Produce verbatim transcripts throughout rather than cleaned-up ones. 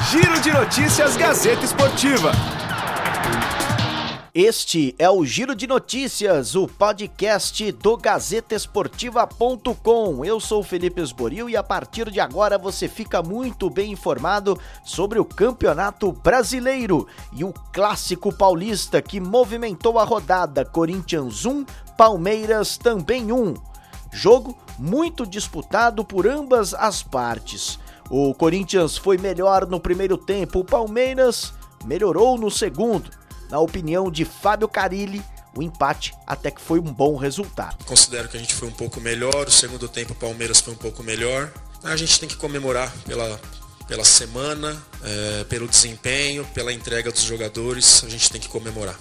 Giro de Notícias Gazeta Esportiva. Este é o Giro de Notícias, o podcast do Gazeta Esportiva ponto com. Eu sou o Felipe Esboril e a partir de agora você fica muito bem informado sobre o Campeonato Brasileiro e o Clássico Paulista que movimentou a rodada. Corinthians um, Palmeiras também um. Jogo muito disputado por ambas as partes. O Corinthians foi melhor no primeiro tempo, o Palmeiras melhorou no segundo. Na opinião de Fábio Carilli, o empate até que foi um bom resultado. Considero que a gente foi um pouco melhor, o segundo tempo o Palmeiras foi um pouco melhor. A gente tem que comemorar pela, pela semana, é, pelo desempenho, pela entrega dos jogadores, a gente tem que comemorar.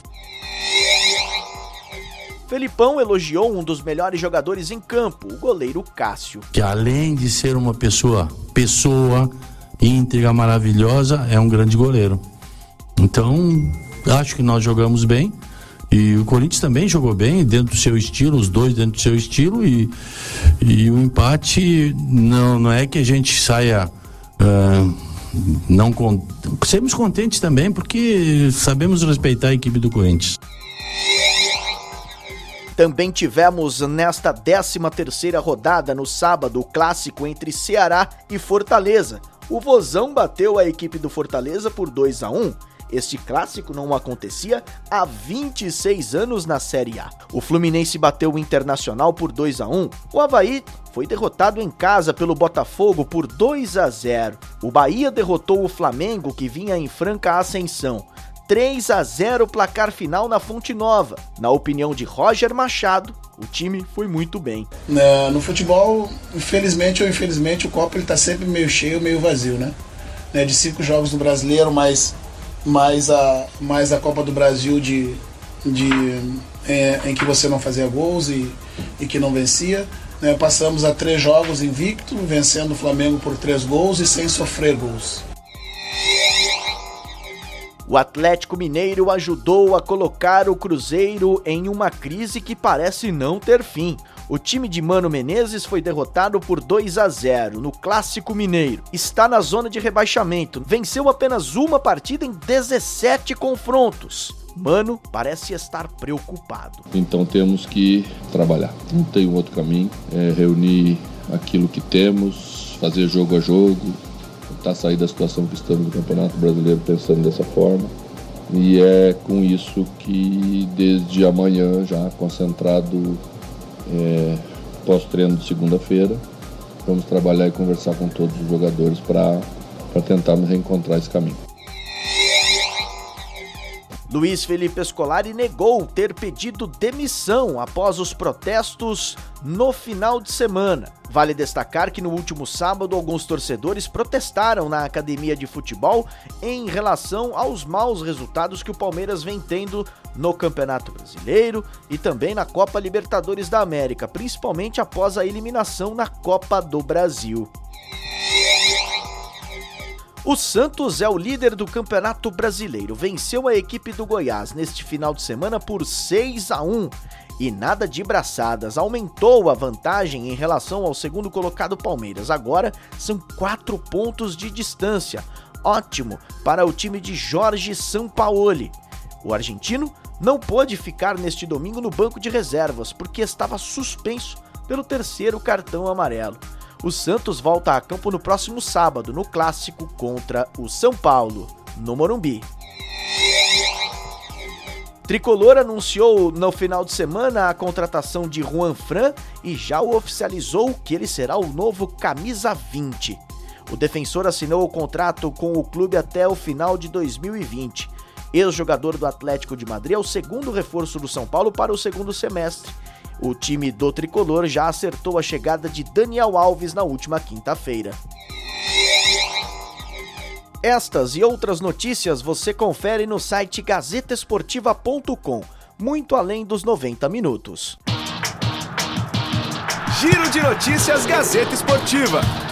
Felipão elogiou um dos melhores jogadores em campo, o goleiro Cássio. Que além de ser uma pessoa, pessoa íntegra, maravilhosa, é um grande goleiro. Então, acho que nós jogamos bem e o Corinthians também jogou bem dentro do seu estilo, os dois dentro do seu estilo e, e o empate não, não é que a gente saia uh, não con- sermos contentes também porque sabemos respeitar a equipe do Corinthians. Também tivemos nesta décima terceira rodada no sábado o clássico entre Ceará e Fortaleza. O Vozão bateu a equipe do Fortaleza por dois a um. Este clássico não acontecia há vinte e seis anos na Série A. O Fluminense bateu o Internacional por dois a um. O Avaí foi derrotado em casa pelo Botafogo por dois a zero. O Bahia derrotou o Flamengo, que vinha em franca ascensão. três a zero placar final na Fonte Nova. Na opinião de Roger Machado, o time foi muito bem. No futebol, infelizmente ou infelizmente, o copo está sempre meio cheio, meio vazio, né? De cinco jogos do Brasileiro, mais... mais a, mais a Copa do Brasil de, de, é, em que você não fazia gols e, e que não vencia. Né? Passamos a três jogos invicto, vencendo o Flamengo por três gols e sem sofrer gols. O Atlético Mineiro ajudou a colocar o Cruzeiro em uma crise que parece não ter fim. O time de Mano Menezes foi derrotado por dois a zero no Clássico Mineiro. Está na zona de rebaixamento. Venceu apenas uma partida em dezessete confrontos. Mano parece estar preocupado. Então temos que trabalhar. Não tem um outro caminho. É reunir aquilo que temos, fazer jogo a jogo, tentar sair da situação que estamos no Campeonato Brasileiro pensando dessa forma. E é com isso que desde amanhã, já concentrado, É, pós-treino de segunda-feira, vamos trabalhar e conversar com todos os jogadores para tentarmos reencontrar esse caminho. Luiz Felipe Scolari negou ter pedido demissão após os protestos no final de semana. Vale destacar que no último sábado alguns torcedores protestaram na academia de futebol em relação aos maus resultados que o Palmeiras vem tendo no Campeonato Brasileiro e também na Copa Libertadores da América, principalmente após a eliminação na Copa do Brasil. O Santos é o líder do Campeonato Brasileiro, venceu a equipe do Goiás neste final de semana por seis a um e nada de braçadas, aumentou a vantagem em relação ao segundo colocado Palmeiras, agora são quatro pontos de distância, ótimo para o time de Jorge Sampaoli. O argentino não pôde ficar neste domingo no banco de reservas porque estava suspenso pelo terceiro cartão amarelo. O Santos volta a campo no próximo sábado, no Clássico contra o São Paulo, no Morumbi. Tricolor anunciou no final de semana a contratação de Juan Fran e já o oficializou que ele será o novo camisa vinte. O defensor assinou o contrato com o clube até o final de dois mil e vinte. Ex-jogador do Atlético de Madrid, é o segundo reforço do São Paulo para o segundo semestre. O time do Tricolor já acertou a chegada de Daniel Alves na última quinta-feira. Estas e outras notícias você confere no site gazeta esportiva ponto com, muito além dos noventa minutos. Giro de Notícias Gazeta Esportiva.